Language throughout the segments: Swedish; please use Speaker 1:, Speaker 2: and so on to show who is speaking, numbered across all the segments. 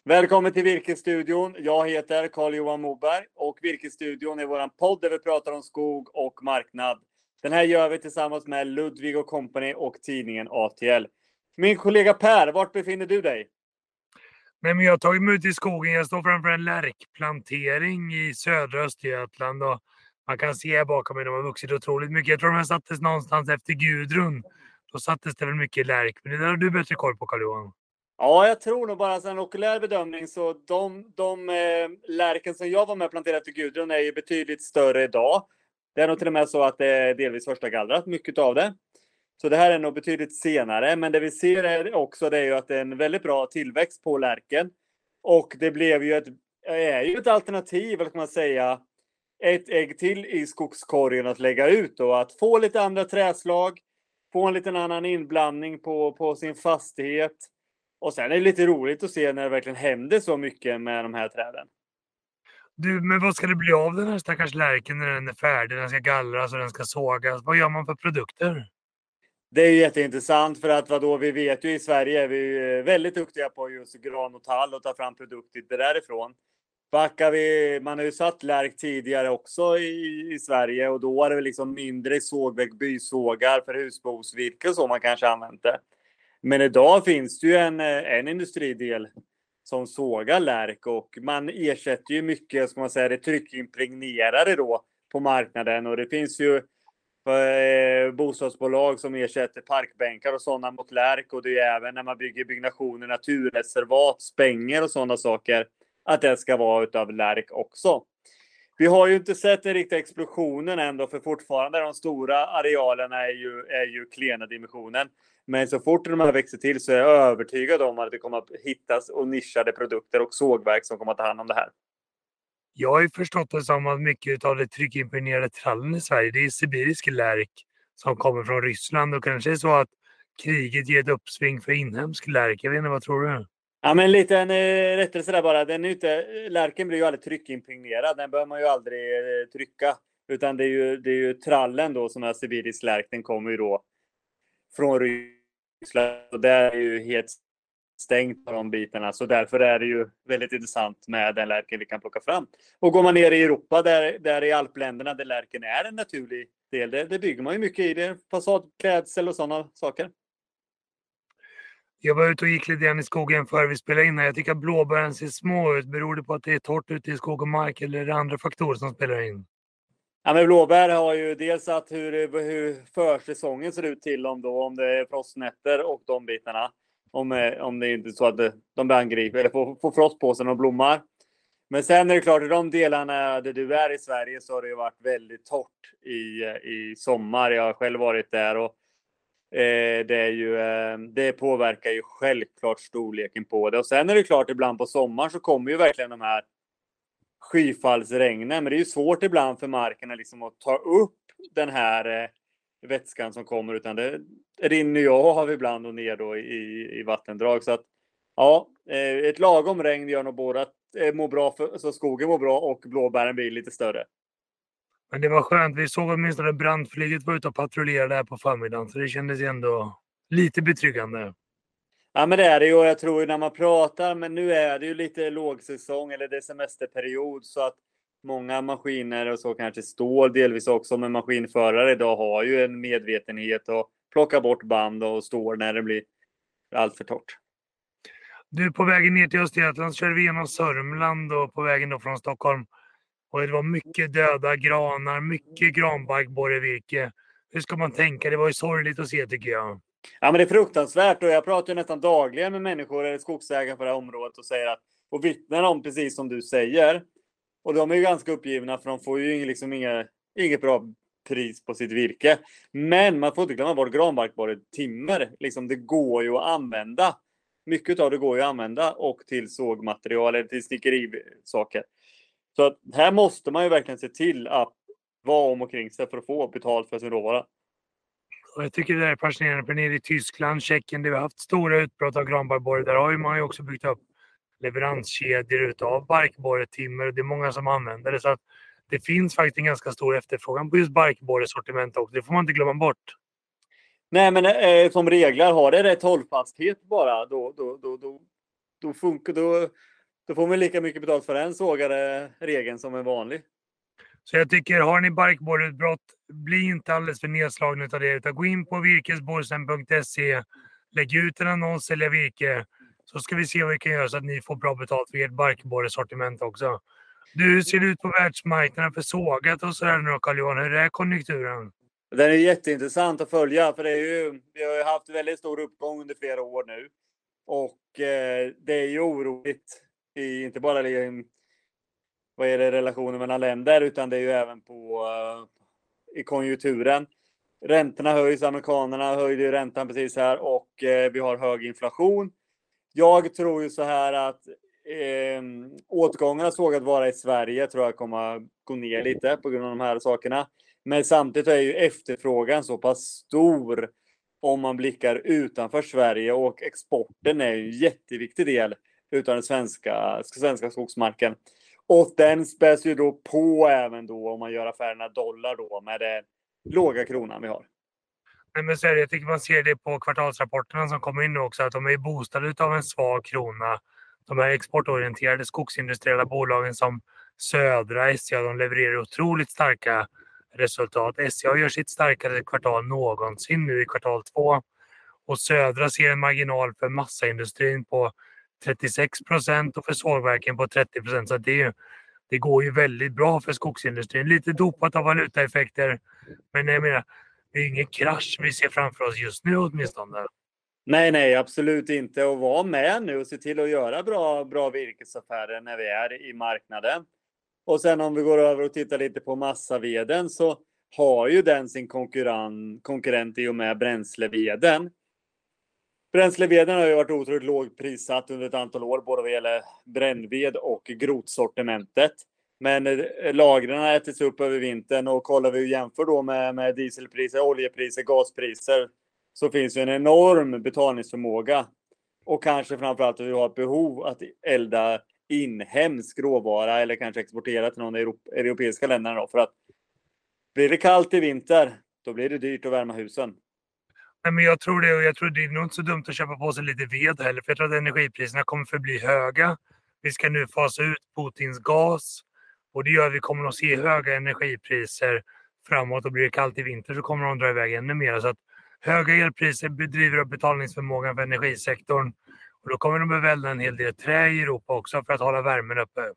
Speaker 1: Välkommen till Virkesstudion. Jag heter Carl-Johan Moberg och Virkesstudion är våran podd där vi pratar om skog och marknad. Den här gör vi tillsammans med Ludvig & Company och tidningen ATL. Min kollega Per, vart befinner du dig?
Speaker 2: Men jag har tagit mig ut i skogen. Jag står framför en lärkplantering i södra Östergötland och man kan se här bakom mig, de har vuxit otroligt mycket. Jag tror de här sattes någonstans efter Gudrun. Då sattes det väl mycket lärk, men det där har du bättre koll på, Carl-Johan.
Speaker 1: Ja, jag tror nog bara en okulär bedömning så de lärken som jag var med och planterade efter Gudrun är ju betydligt större idag. Det är nog till och med så att det är delvis första gallrat, mycket av det. Så det här är nog betydligt senare, men det vi ser är också det är ju att det är en väldigt bra tillväxt på lärken. Och det blev ju ett alternativ, vad ska man säga, ett ägg till i skogskorgen att lägga ut och att få lite andra träslag, få en liten annan inblandning på sin fastighet. Och sen är det lite roligt att se när det verkligen händer så mycket med de här träden.
Speaker 2: Du, men vad ska det bli av den här stackars lärken när den är färdig? Den ska gallras och den ska sågas. Vad gör man för produkter?
Speaker 1: Det är ju jätteintressant för att vi vet ju i Sverige är vi väldigt duktiga på just gran och tall och ta fram produkter därifrån. Man har ju satt lärk tidigare också i Sverige och då är det liksom mindre sågverk, bysågar för husbehovsvirke och så man kanske använt det. Men idag finns det ju en industridel som sågar lärk och man ersätter ju mycket, ska man säga, det tryckimpregnerade då på marknaden och det finns ju bostadsbolag som ersätter parkbänkar och sådana mot lärk och det är även när man bygger byggnationer, naturreservat, spänger och sådana saker att det ska vara utav lärk också. Vi har ju inte sett den riktiga explosionen ändå för fortfarande de stora arealerna är ju klena dimensionen. Men så fort de här växer till så är jag övertygad om att det kommer att hittas och nischade produkter och sågverk som kommer att ta hand om det här.
Speaker 2: Jag har ju förstått det som att mycket av det tryckimpregnerade trallen i Sverige, det är sibirisk lärk som kommer från Ryssland och kanske är så att kriget ger ett uppsving för inhemsk lärk. Jag vet inte, vad tror du?
Speaker 1: Ja, men lite en rättelse där bara. Lärken blir ju aldrig tryckimpregnerad. Den behöver man ju aldrig trycka. Utan det är ju trallen då som är sibirisk lärk. Den kommer ju då från Ryssland. Och där är ju helt stängt på de bitarna. Så därför är det ju väldigt intressant med den lärken vi kan plocka fram. Och går man ner i Europa, där i alpländerna där lärken är en naturlig del. Det bygger man ju mycket i. Det fasadklädsel och sådana saker.
Speaker 2: Jag var ute och gick lite grann i skogen före vi spelade in här. Jag tycker att blåbären ser små ut. Beror det på att det är torrt ute i skog och mark eller är det andra faktorer som spelar in?
Speaker 1: Ja, men blåbär har ju dels att hur försäsongen ser ut till om det är frostnätter och de bitarna. Om det är inte så att de blir angriper eller får frost på sig när de blommar. Men sen är det klart, i de delarna där du är i Sverige så har det ju varit väldigt torrt i sommar. Jag har själv varit där och det påverkar ju självklart storleken på det. Och sen är det klart, ibland på sommaren så kommer ju verkligen de här skyfallsregnen. Men det är ju svårt ibland för marken liksom att ta upp den här vätskan som kommer. Utan det rinner ju av ibland och ner då i vattendrag. Så att ja, ett lagom regn gör nog både att må bra så skogen mår bra och blåbären blir lite större.
Speaker 2: Men det var skönt. Vi såg åtminstone brandflyget var ute och patrullerade här på förmiddagen. Så det kändes ändå lite betryggande.
Speaker 1: Ja, men det är det ju. Och jag tror ju när man pratar, men nu är det ju lite lågsäsong eller det är semesterperiod så att många maskiner och så kanske står delvis också, men maskinförare idag har ju en medvetenhet och plocka bort band och står när det blir allt för torrt.
Speaker 2: Du, på vägen ner till Östergötland körde vi genom Sörmland och på vägen då från Stockholm. Och det var mycket döda granar, mycket granbarkborrevirke. Hur ska man tänka? Det var ju sorgligt att se, tycker jag.
Speaker 1: Ja, men det är fruktansvärt och jag pratar ju nästan dagligen med människor eller skogsägare på det här området och säger att och vittnar om precis som du säger. Och de är ju ganska uppgivna för de får ju liksom inget bra pris på sitt virke. Men man får inte glömma bort granbarkborretimmer. Liksom det går ju att använda. Mycket av det går ju att använda och till sågmaterial eller till snickerisaker. Så att här måste man ju verkligen se till att vara om och kring sig för att få betalt för sin råvara.
Speaker 2: Och jag tycker det är fascinerande, för nere i Tyskland, Tjeckien, där vi har haft stora utbrott av granbarkborre, där har man ju också byggt upp leveranskedjor utav barkborretimmer och det är många som använder det. Så att det finns faktiskt en ganska stor efterfrågan på just barkborresortiment också. Det får man inte glömma bort.
Speaker 1: Nej, men som reglar har det rätt hållfasthet bara. Då funkar Då får man lika mycket betalt för en sågade regeln som en vanlig.
Speaker 2: Så jag tycker, har ni barkborreutbrott, bli inte alldeles för nedslagna av det, utan gå in på virkesborsen.se, lägg ut en annons, sälja virke, så ska vi se vad vi kan göra så att ni får bra betalt för ert barkborresortiment också. Du, hur ser det ut på världsmarknaden för sågat och sådär nu, Carl-Johan? Hur är konjunkturen?
Speaker 1: Den är jätteintressant att följa, för vi har ju haft väldigt stor uppgång under flera år nu. Och det är ju oroligt, inte bara vad är det relationen mellan länder, utan det är ju även i konjunkturen. Räntorna höjs, amerikanerna höjde ju räntan precis här och vi har hög inflation. Jag tror ju så här att åtgången av sågad vara i Sverige tror jag kommer gå ner lite på grund av de här sakerna. Men samtidigt är ju efterfrågan så pass stor om man blickar utanför Sverige, och exporten är ju en jätteviktig del utav den svenska skogsmarken. Och den späs ju då på även då om man gör affärerna dollar då med den låga kronan vi har.
Speaker 2: Nej, men så är det, jag tycker man ser det på kvartalsrapporterna som kommer in nu också, att de är boostade av en svag krona. De här exportorienterade skogsindustriella bolagen som Södra, SCA, de levererar otroligt starka resultat. SCA gör sitt starkaste kvartal någonsin nu i kvartal 2. Och Södra ser en marginal för massaindustrin på 36% och för sågverken på 30%. Så det går ju väldigt bra för skogsindustrin. Lite dopat av valutaeffekter. Men jag menar, det är ingen krasch vi ser framför oss just nu åtminstone.
Speaker 1: Nej, absolut inte. Och vara med nu och se till att göra bra virkesaffärer när vi är i marknaden. Och sen om vi går över och tittar lite på massaveden, så har ju den sin konkurrent i och med bränsleveden. Bränsleveden har ju varit otroligt lågprissatt under ett antal år, både vad gäller brännved och grotsortimentet. Men lagren har ätits upp över vintern, och kollar vi och jämför då med dieselpriser, oljepriser, gaspriser, så finns ju en enorm betalningsförmåga. Och kanske framförallt att vi har ett behov att elda inhemsk råvara eller kanske exportera till någon europeiska länder då, för att blir det kallt i vinter, då blir det dyrt att värma husen.
Speaker 2: Nej, men jag tror det, och jag tror det är nog inte så dumt att köpa på sig lite ved heller, för jag tror att energipriserna kommer förbli höga. Vi ska nu fasa ut Putins gas, och det gör att vi kommer att se höga energipriser framåt, och blir det kallt i vinter så kommer de dra iväg ännu mer. Så att höga elpriser bedriver upp betalningsförmågan för energisektorn, och då kommer de att välja en hel del trä i Europa också för att hålla värmen uppe.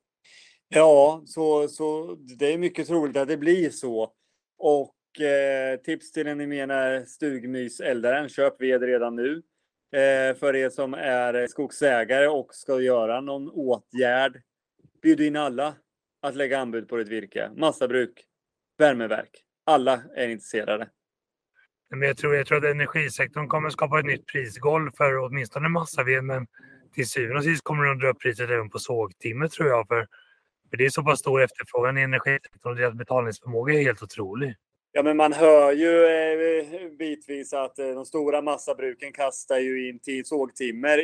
Speaker 1: Ja, så det är mycket troligt att det blir så. Och tips till den gemene stugmyseldaren, köp ved redan nu. För er som är skogsägare och ska göra någon åtgärd, bjud in alla att lägga anbud på ditt virke. Massabruk, värmeverk, alla är intresserade.
Speaker 2: Men jag tror att energisektorn kommer skapa ett nytt prisgolv för åtminstone massaved, men till syvende och sist kommer de att dra upp priset även på sågtimmer, tror jag, för det är så pass stor efterfrågan i energisektorn, och deras betalningsförmåga är helt otrolig.
Speaker 1: Ja, men man hör ju bitvis att de stora massabruken kastar ju in sågtimmer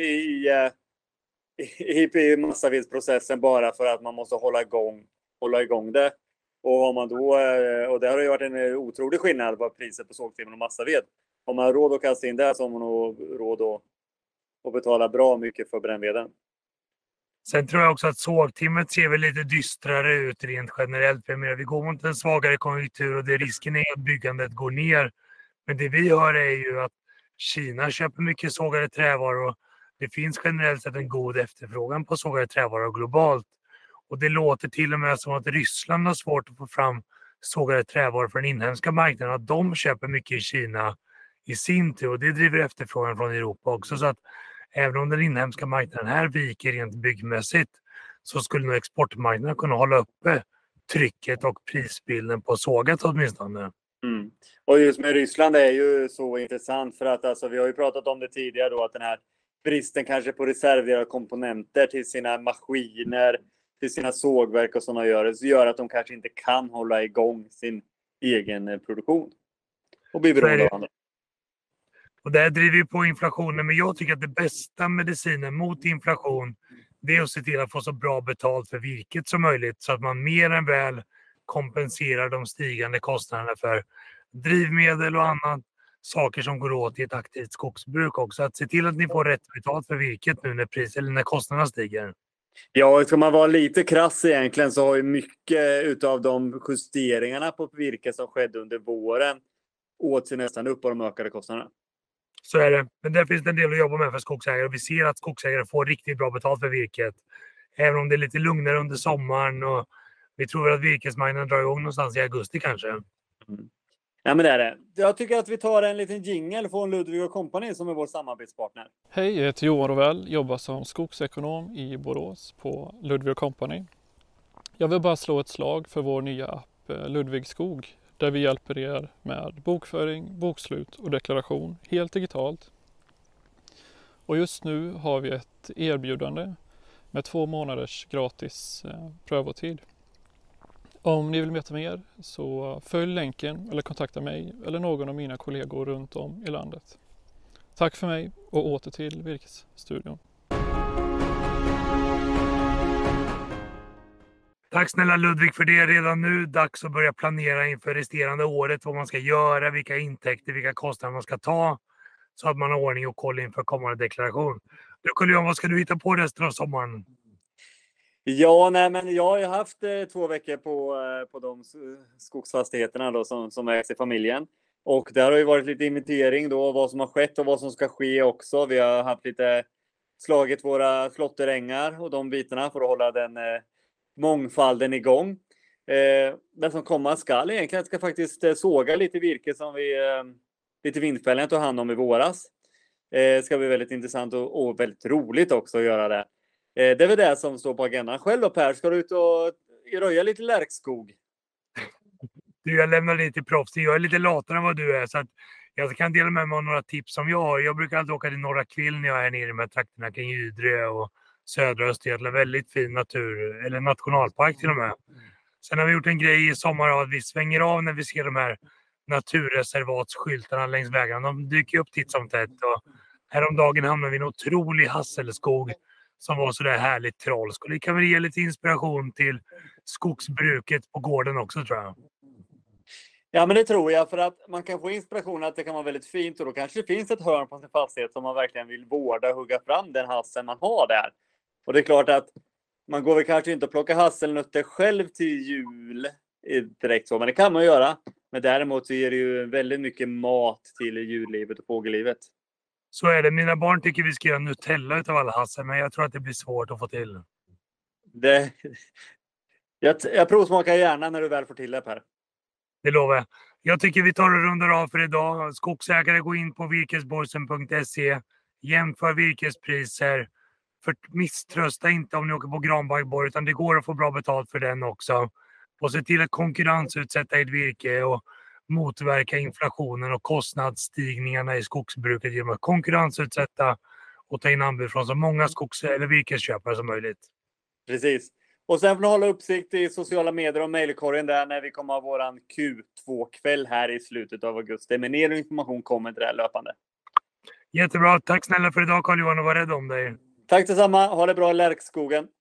Speaker 1: i massavedsprocessen bara för att man måste hålla igång det. Och har man då, och det har ju varit en otrolig skillnad på priset på sågtimmer och massaved. Om man har råd att kasta in det, så har man nog råd att betala bra mycket för brännveden.
Speaker 2: Sen tror jag också att sågtimret ser väl lite dystrare ut rent generellt. För vi går mot en svagare konjunktur, och det risken är att byggandet går ner. Men det vi hör är ju att Kina köper mycket sågade trävaror. Det finns generellt sett en god efterfrågan på sågade trävaror globalt. Och det låter till och med som att Ryssland har svårt att få fram sågade trävaror för den inhemska marknaden. Att de köper mycket i Kina i sin tur, och det driver efterfrågan från Europa också. Så att även om den inhemska marknaden här viker rent byggmässigt, så skulle nog exportmarknaden kunna hålla uppe trycket och prisbilden på sågat åtminstone.
Speaker 1: Mm. Och just med Ryssland är ju så intressant, för att alltså, vi har ju pratat om det tidigare då, att den här bristen kanske på reservdelar och komponenter till sina maskiner, till sina sågverk och sådana gör att de kanske inte kan hålla igång sin egen produktion. Och bli beroende av andra.
Speaker 2: Och det här driver ju på inflationen, men jag tycker att det bästa medicinen mot inflation, det är att se till att få så bra betalt för virket som möjligt, så att man mer än väl kompenserar de stigande kostnaderna för drivmedel och annat, saker som går åt i ett aktivt skogsbruk också. Att se till att ni får rätt betalt för virket nu när kostnaderna stiger.
Speaker 1: Ja, ska man vara lite krass egentligen så har ju mycket utav de justeringarna på virke som skedde under våren åt sig nästan upp av de ökade kostnaderna.
Speaker 2: Så är det. Men där finns det en del att jobba med för skogsägare. Och vi ser att skogsägare får riktigt bra betalt för virket. Även om det är lite lugnare under sommaren. Och vi tror att virkesmarknaden drar igång någonstans i augusti kanske.
Speaker 1: Mm. Ja, men det är det. Jag tycker att vi tar en liten jingle från Ludvig & Company som är vår samarbetspartner.
Speaker 3: Hej, jag heter Johan Rovell, jobbar som skogsekonom i Borås på Ludvig & Company. Jag vill bara slå ett slag för vår nya app Ludvig Skog, där vi hjälper er med bokföring, bokslut och deklaration helt digitalt. Och just nu har vi ett erbjudande med 2 månaders gratis prövotid. Om ni vill veta mer så följ länken eller kontakta mig eller någon av mina kollegor runt om i landet. Tack för mig och åter till Virkesstudion.
Speaker 2: Tack snälla Ludvig för det. Redan nu dags att börja planera inför resterande året. Vad man ska göra, vilka intäkter, vilka kostnader man ska ta. Så att man har ordning och koll inför kommande deklaration. Du Carl-Johan, vad ska du hitta på resten av sommaren?
Speaker 1: Ja, nej, men jag har ju haft 2 veckor på de skogsfastigheterna då, som ägs i familjen. Och där har ju varit lite inventering då, vad som har skett och vad som ska ske också. Vi har haft lite slagit våra slåtterängar och de bitarna för att hålla den mångfalden igång. Det som komma skall egentligen ska faktiskt såga lite virke som vi lite vindfällen tog hand om i våras. Ska bli väldigt intressant och väldigt roligt också att göra det. Det är väl det som står på agendan. Själv då Per, ska du ut och röja lite lärkskog?
Speaker 2: Du, jag lämnar dig till proffs. Jag är lite latare än vad du är. Så att jag kan dela med mig av några tips som jag har. Jag brukar alltid åka till Norra Kvill när jag är nere i de här trakterna kring Ydre och södra Östergötland. Väldigt fin natur, eller nationalpark till och med. Sen har vi gjort en grej i sommar att vi svänger av när vi ser de här naturreservatsskyltarna längs vägarna. De dyker upp titt som tätt. Och häromdagen hamnade vi i en otrolig hasselskog som var så där härligt trollsk. Och det kan väl ge lite inspiration till skogsbruket på gården också, tror jag.
Speaker 1: Ja, men det tror jag, för att man kan få inspiration att det kan vara väldigt fint och då kanske det finns ett hörn på sin fastighet som man verkligen vill vårda och hugga fram den hassen man har där. Och det är klart att man går väl kanske inte att plocka hasselnötter själv till jul direkt så, men det kan man göra. Men däremot så ger det ju väldigt mycket mat till djurlivet och fågellivet.
Speaker 2: Så är det. Mina barn tycker vi ska göra Nutella utav alla hassel, men jag tror att det blir svårt att få till.
Speaker 1: Jag provsmakar gärna när du väl får till det, Per.
Speaker 2: Det lovar jag. Jag tycker vi tar och rundar av för idag. Skogsägare, gå in på virkesborsen.se. Jämför virkespriser. Misströsta inte om ni åker på granbarkborre, utan det går att få bra betalt för den också. Och se till att konkurrensutsätta ert virke och motverka inflationen och kostnadsstigningarna i skogsbruket genom att konkurrensutsätta och ta in anbud från så många eller virkesköpare som möjligt.
Speaker 1: Precis. Och sen får ni hålla uppsikt i sociala medier och mejlkorgen där när vi kommer ha våran Q2-kväll här i slutet av augusti. Men mer information kommer till det här löpande.
Speaker 2: Jättebra. Tack snälla för idag Carl-Johan och var rädd om dig.
Speaker 1: Tack detsamma. Ha det bra i Lärkskogen.